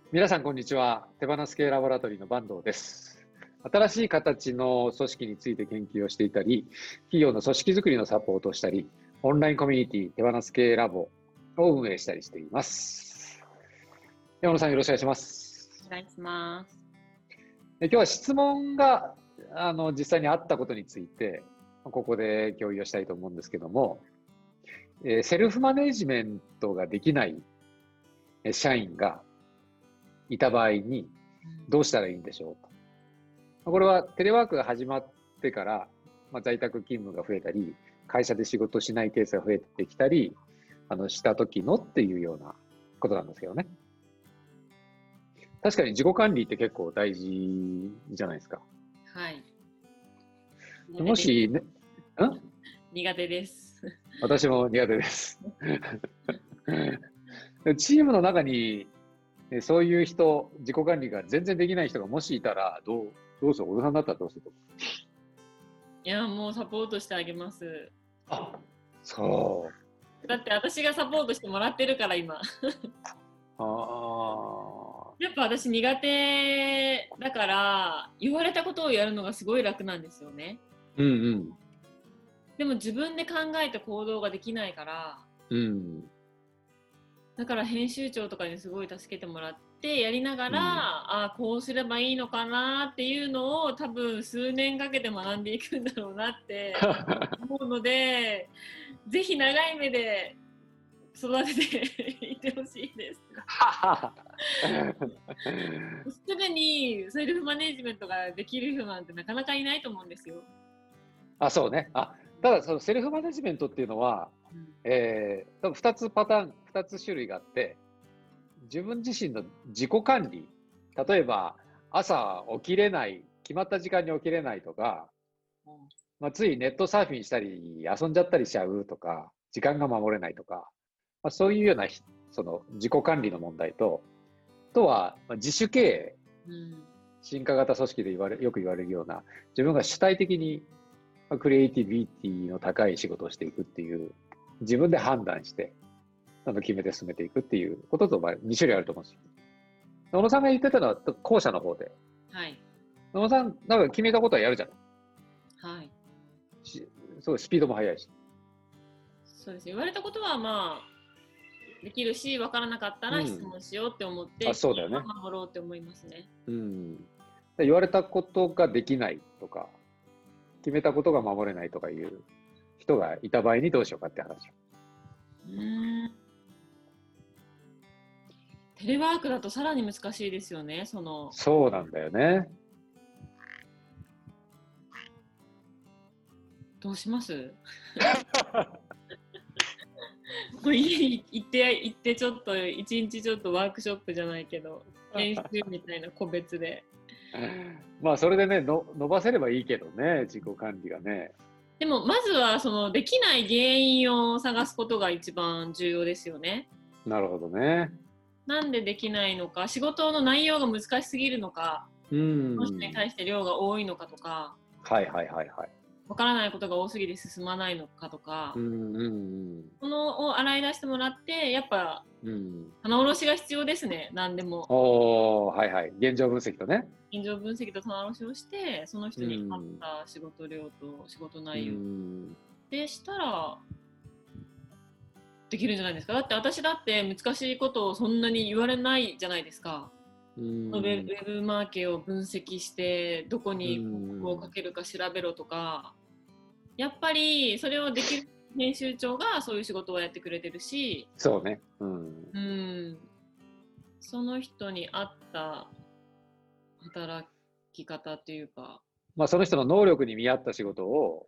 皆さん、こんにちは。手放す系ラボラトリーの坂東です。新しい形の組織について研究をしていたり、企業の組織づくりのサポートをしたり、オンラインコミュニティ手放す系ラボを運営したりしています。山野さん、よろしくお願いします。 お願いします。 今日は質問が実際にあったことについて、ここで共有をしたいと思うんですけども、セルフマネジメントができない社員がいた場合にどうしたらいいんでしょうと。これはテレワークが始まってから、在宅勤務が増えたり、会社で仕事しないケースが増えてきたり、した時のっていうようなことなんですけどね。確かに自己管理って結構大事じゃないですか。 はい。 もしね、 苦手です。 私も苦手です。チームの中にそういう人、自己管理が全然できない人がもしいたら、どうする？小田さんだったらどうする？ いや、もうサポートしてあげます。 あ、そう。 だって私がサポートしてもらってるから今。 あやっぱ私苦手だから言われたことをやるのがすごい楽なんですよね。 うんうん。 でも自分で考えて行動ができないから、 うん。 だから編集長とかにすごい助けてもらってやりながら、こうすればいいのかなっていうのを多分数年かけて学んでいくんだろうなって思うので、ぜひ長い目で育てていってほしいです。すぐにセルフマネジメントができる人なんてなかなかいないと思うんですよ。 そうね。ただそのセルフマネジメントっていうのは、多分2つパターン、2つ種類があって、自分自身の自己管理、例えば朝起きれない、決まった時間に起きれないとか、ついネットサーフィンしたり遊んじゃったりしちゃうとか、時間が守れないとか、そういうようなその自己管理の問題と、あとは自主経営、進化型組織でよく言われるような、自分が主体的にクリエイティビティの高い仕事をしていくっていう、自分で判断して決めて進めていくっていうことと2種類あると思うんですよ。野呂さんが言ってたのは後者の方で、 はい。 野呂さんなんか決めたことはやるじゃない。 はい。 すごいスピードも速いし。 そうです。言われたことはできるし、分からなかったら質問しようって思って、 そうだよね。 守ろうって思いますね。 言われたことができないとか、決めたことが守れないとかいう人がいた場合にどうしようかって話。 テレワークだとさらに難しいですよね。 そうなんだよね。 どうします？もう家に行ってちょっと一日ちょっとワークショップじゃないけど研修みたいな個別でそれでね伸ばせればいいけどね、自己管理がね。 でもまずはできない原因を探すことが一番重要ですよね。 なるほどね。 なんでできないのか、仕事の内容が難しすぎるのか、その人に対して量が多いのかとか、わからないことが多すぎて進まないのかとか、そのを洗い出してもらって、やっぱ棚卸しが必要ですね。何でも。 現状分析とね。 現状分析と棚卸しをして、その人に合った仕事量と仕事内容でしたらできるんじゃないですか。だって私だって難しいことをそんなに言われないじゃないですか。ウェブマーケを分析してどこに広告をかけるか調べろとか、やっぱりそれをできる編集長がそういう仕事をやってくれてるし、 そうね。 その人に合った働き方っていうか、 その人の能力に見合った仕事を、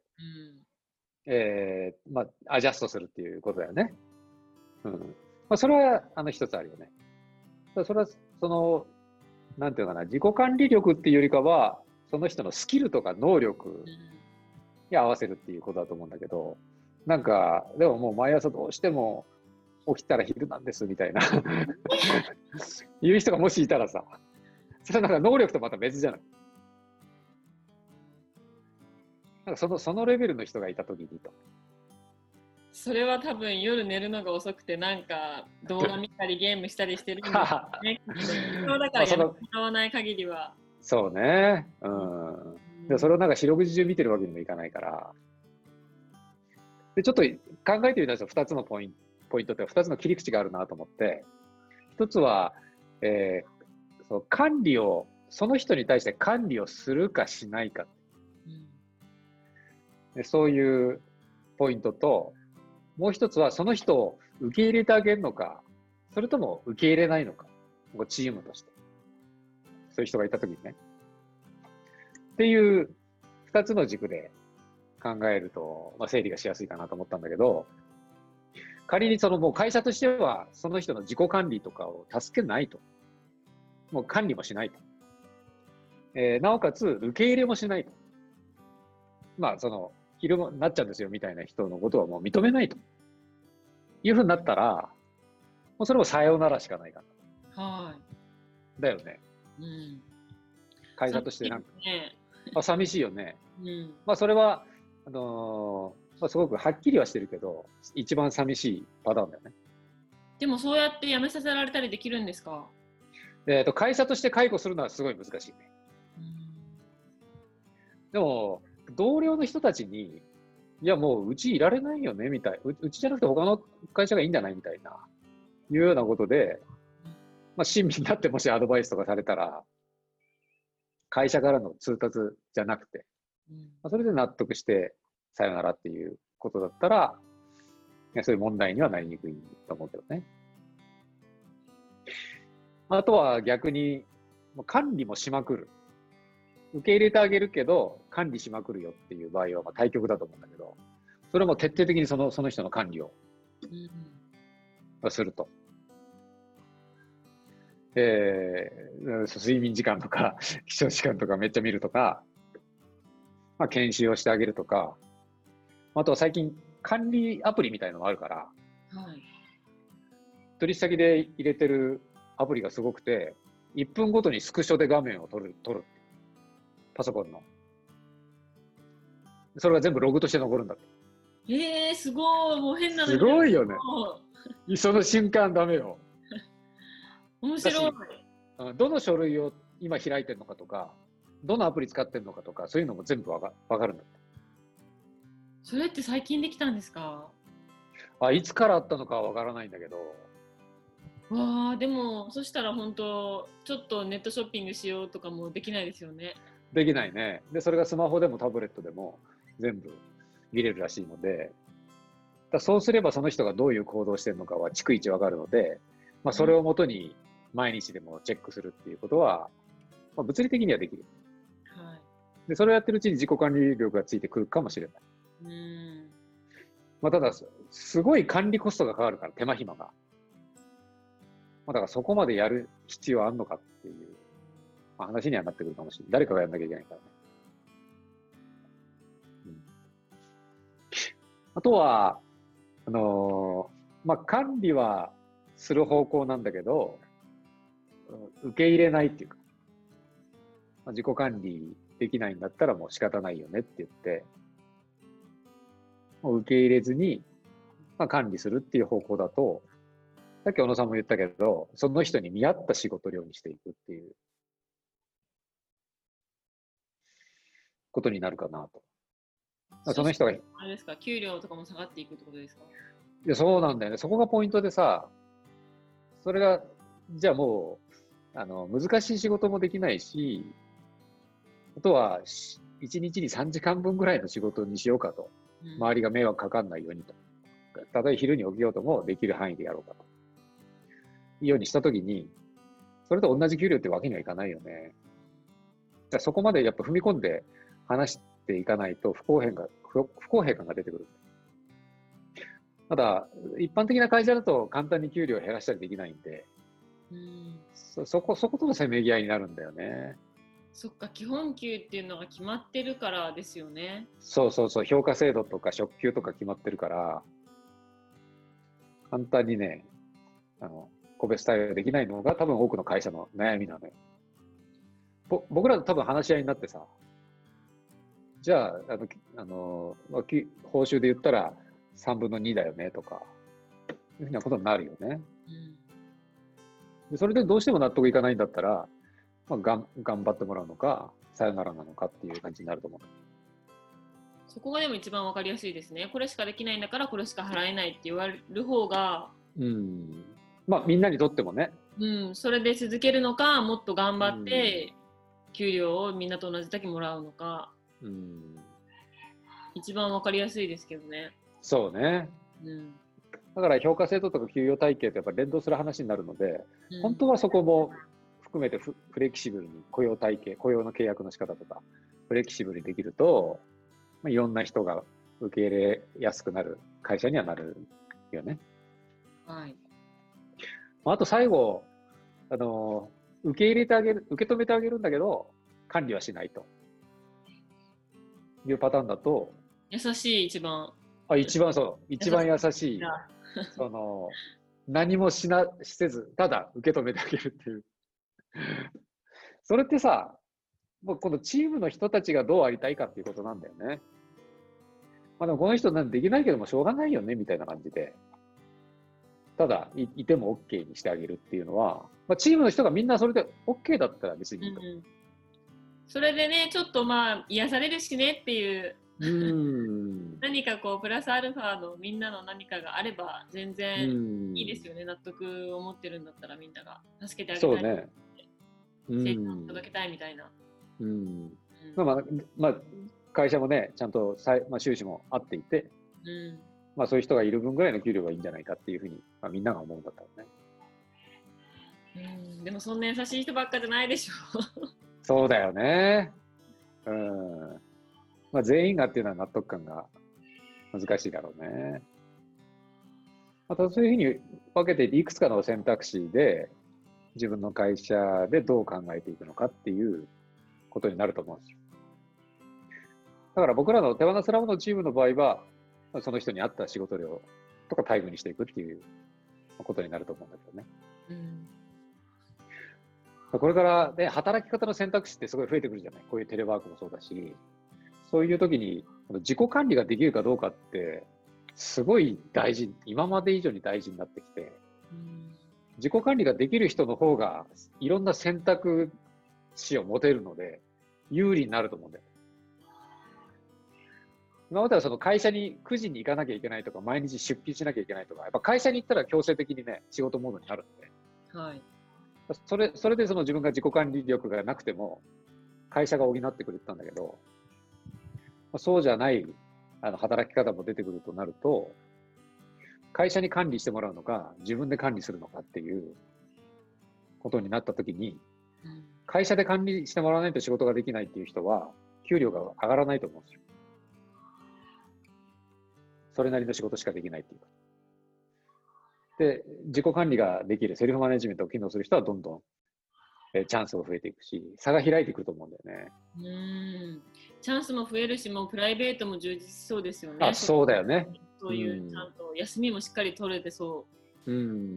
アジャストするっていうことだよね。それは一つあるよね。それはなんていうのかな、自己管理力っていうよりかは、その人のスキルとか能力に合わせるっていうことだと思うんだけど、なんか、でももう毎朝どうしても起きたら昼なんですみたいな言う人がもしいたらさ、それはなんか能力とまた別じゃない。なんかそのレベルの人がいたときにと。 それは多分夜寝るのが遅くてなんか動画見たりゲームしたりしてるんですね。そうだからやめてもらわない限りは。 そうね。うん。でそれをなんか四六時中見てるわけにもいかないから。で、ちょっと考えてみたんですよ。2つのポイントって2つの切り口があるなと思って。1つは、そう管理を、その人に対して管理をするかしないか。でそういうポイントと、もう一つはその人を受け入れてあげるのか、それとも受け入れないのか。チームとして。そういう人がいたときにね。っていう2つの軸で考えると、整理がしやすいかなと思ったんだけど、仮にそのもう会社としてはその人の自己管理とかを助けないと。もう管理もしないと。なおかつ受け入れもしないと。昼間になっちゃうんですよみたいな人のことはもう認めないというふうになったら、もうそれもさようならしかないかな。 はい。 だよね。 うん。 会社としてなんか。 ね、 寂しいよね。 うん。 それは、すごくはっきりはしてるけど、一番寂しいパターンだよね。 でもそうやって辞めさせられたりできるんですか？ 会社として解雇するのはすごい難しいね。でも、同僚の人たちに、いやもううちいられないよねみたい。うちじゃなくて他の会社がいいんじゃないみたいな、いうようなことで、親身になってもしアドバイスとかされたら、会社からの通達じゃなくて、それで納得してさよならっていうことだったら、そういう問題にはなりにくいと思うけどね。あとは逆に、管理もしまくる。受け入れてあげるけど、管理しまくるよっていう場合は対極だと思うんだけど、それも徹底的にその人の管理をすると。睡眠時間とか、起床時間とかめっちゃ見るとか、研修をしてあげるとか、あとは最近管理アプリみたいなのもあるから、 はい、 取引先で入れてるアプリがすごくて、1分ごとにスクショで画面を撮る。パソコンの。それが全部ログとして残るんだって。 すごい。もう変なの。 すごいよね。その瞬間ダメよ。 面白い。 どの書類を今開いてるのかとか、どのアプリ使ってるのかとか、そういうのも全部わかるんだって。 それって最近できたんですか？ いつからあったのかはわからないんだけど。 わあ、でもそしたら本当ちょっとネットショッピングしようとかもできないですよね。 できないね。で、それがスマホでもタブレットでも全部見れるらしいので、そうすればその人がどういう行動してるのかは逐一わかるので、それをもとに毎日でもチェックするっていうことは、物理的にはできる。 はい。 で、それをやってるうちに自己管理力がついてくるかもしれない。ただ、すごい管理コストがかかるから、手間暇が。だからそこまでやる必要あんのかっていう、話にはなってくるかもしれない。誰かがやんなきゃいけないからね。あとは、管理はする方向なんだけど、受け入れないっていうか、自己管理できないんだったらもう仕方ないよねって言って、もう受け入れずに、管理するっていう方向だと、さっき小野さんも言ったけど、その人に見合った仕事量にしていくっていうことになるかなと。その人が。 あれですか、給料とかも下がっていくってことですか？ いや、そうなんだよね。そこがポイントでさ、それが、じゃあもう、難しい仕事もできないし、あとは、1日に3時間分ぐらいの仕事にしようかと。周りが迷惑かかんないようにと。たとえ昼に起きようともできる範囲でやろうかと。いうようにしたときに、それと同じ給料ってわけにはいかないよね。そこまでやっぱ踏み込んで話していかないと不公平感が出てくる。ただ、一般的な会社だと簡単に給料を減らしたりできないんで、そことのせめぎ合いになるんだよね。 そっか、基本給っていうのが決まってるからですよね。 そうそうそう、評価制度とか昇給とか決まってるから、簡単にね、個別対応できないのが多分多くの会社の悩みなのよ。僕らと多分話し合いになってさ、じゃあ、報酬で言ったら 3分の2だよねとか、いうふうなことになるよね。でそれでどうしても納得いかないんだったら、頑張ってもらうのか、さよならなのかっていう感じになると思う。 そこがでも一番わかりやすいですね。これしかできないんだからこれしか払えないって言われる方が、 みんなにとってもね。 それで続けるのか、もっと頑張って給料をみんなと同じだけもらうのか、一番わかりやすいですけどね。 そうね。だから評価制度とか給与体系とやっぱり連動する話になるので、本当はそこも含めてフレキシブルに雇用体系、雇用の契約の仕方とかフレキシブルにできると、いろんな人が受け入れやすくなる会社にはなるよね。 はい。 あと最後、受け入れてあげる、受け止めてあげるんだけど、管理はしないというパターンだと、 優しい、一番優しい、何もせず、ただ受け止めてあげるっていう。それってさ、もうこのチームの人たちがどうありたいかっていうことなんだよね。でもこの人なんてできないけどもしょうがないよねみたいな感じで、ただいても OK にしてあげるっていうのは、チームの人がみんなそれで OK だったら別にいいと。 それでね、ちょっと癒されるしねっていう、何かこうプラスアルファのみんなの何かがあれば全然いいですよね。納得を持ってるんだったらみんなが助けてあげたい、 そうね、 成果を届けたいみたいな。 会社もね、ちゃんと収支も合っていて、そういう人がいる分ぐらいの給料がいいんじゃないかっていうふうに、みんなが思うんだったらね。でもそんな優しい人ばっかじゃないでしょ。 そうだよね。全員がっていうのは納得感が難しいだろうね。またそういうふうに分けていて、いくつかの選択肢で自分の会社でどう考えていくのかっていうことになると思うんですよ。だから僕らの手放すラボのチームの場合は、その人に合った仕事量とか待遇にしていくっていうことになると思うんだけどね。これから、ね、働き方の選択肢ってすごい増えてくるじゃない。こういうテレワークもそうだし、そういう時に自己管理ができるかどうかってすごい大事、今まで以上に大事になってきて、自己管理ができる人の方がいろんな選択肢を持てるので有利になると思うんだよ。今まではその会社に9時に行かなきゃいけないとか、毎日出勤しなきゃいけないとか、やっぱ会社に行ったら強制的にね、仕事モードになるんで。それでその自分が自己管理力がなくても、会社が補ってくれてたんだけど、そうじゃない働き方も出てくるとなると、会社に管理してもらうのか、自分で管理するのかっていうことになったときに、会社で管理してもらわないと仕事ができないっていう人は、給料が上がらないと思うんですよ。それなりの仕事しかできないっていうか。で、自己管理ができるセルフマネジメントを機能する人はどんどんチャンスが増えていくし、差が開いてくると思うんだよね。 チャンスも増えるし、もうプライベートも充実しそうですよね。 そうだよね。 そういうちゃんと休みもしっかり取れてそう。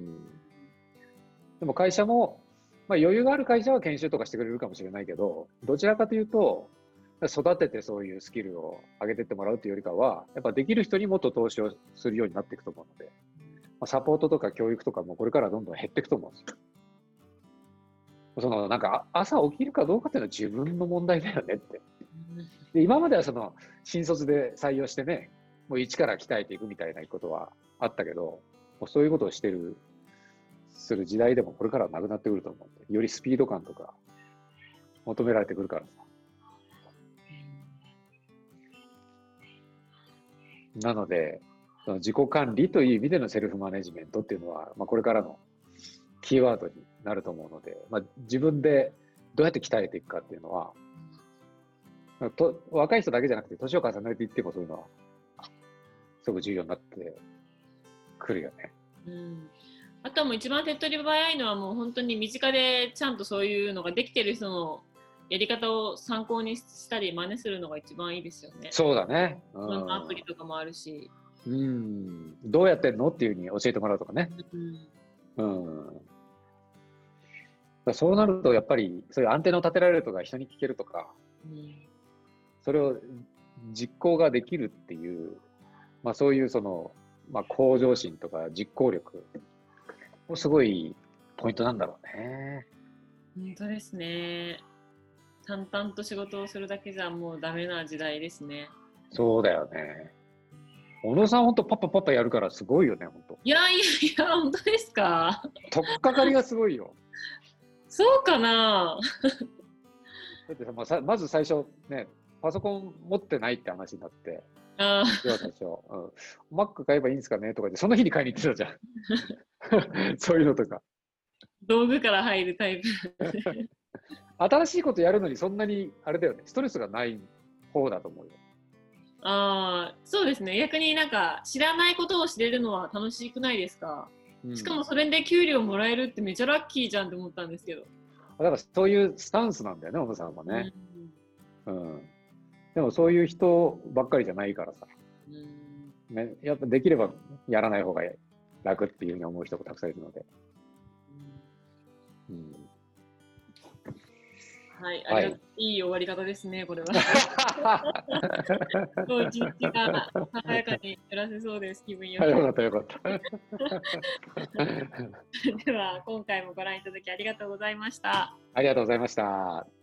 でも会社も、余裕がある会社は研修とかしてくれるかもしれないけど、どちらかというと、育ててそういうスキルを上げてってもらうというよりかは、やっぱできる人にもっと投資をするようになっていくと思うので、サポートとか教育とかもこれからどんどん減っていくと思うんですよ。なんか朝起きるかどうかっていうのは自分の問題だよねって。で今までは新卒で採用してね、もう一から鍛えていくみたいなことはあったけど、もうそういうことをする時代でもこれからはなくなってくると思うんで、よりスピード感とか求められてくるからさ。なので、その自己管理という意味でのセルフマネジメントっていうのは、これからのキーワードになると思うので、自分でどうやって鍛えていくかっていうのは、若い人だけじゃなくて年を重ねていってもそういうのはすごく重要になってくるよね。 あとはもう一番手っ取り早いのはもう本当に身近でちゃんとそういうのができてる人のやり方を参考にしたり真似するのが一番いいですよね。 そうだね。 アプリとかもあるし。 どうやってんのっていうふうに教えてもらうとかね。そうなるとやっぱりそういうアンテナを立てられるとか人に聞けるとか、それを実行ができるっていうまあ、そういうその、まあ、向上心とか実行力もすごいポイントなんだろうね。 本当ですね。淡々と仕事をするだけじゃもうダメな時代ですね。 そうだよね。小野さん、本当パッパパッパやるからすごいよね、本当。 いやいやいや、本当ですか？ 取っかかりがすごいよ。 そうかな？ だってさ、まず最初ね、パソコン持ってないって話になって、 あ要は最初、Mac 買えばいいんですかねとか言って、その日に買いに行ってたじゃん。そういうのとか。 道具から入るタイプ。 新しいことやるのにそんなに、あれだよね、ストレスがない方だと思うよ。 ああ、そうですね。逆になんか知らないことを知れるのは楽しくないですか？ うん、 しかもそれで給料もらえるってめちゃラッキーじゃんって思ったんですけど。 だからそういうスタンスなんだよね、小野さんはね。うん。でもそういう人ばっかりじゃないからさ。ね、やっぱできればやらない方が楽っていうふうに思う人もたくさんいるので。うん、 はい、 はい、 いい終わり方ですね、これは。今日一日が華やかに暮らせそうです、気分よく。 よかったよかった。 では、今回もご覧いただきありがとうございました。 ありがとうございました。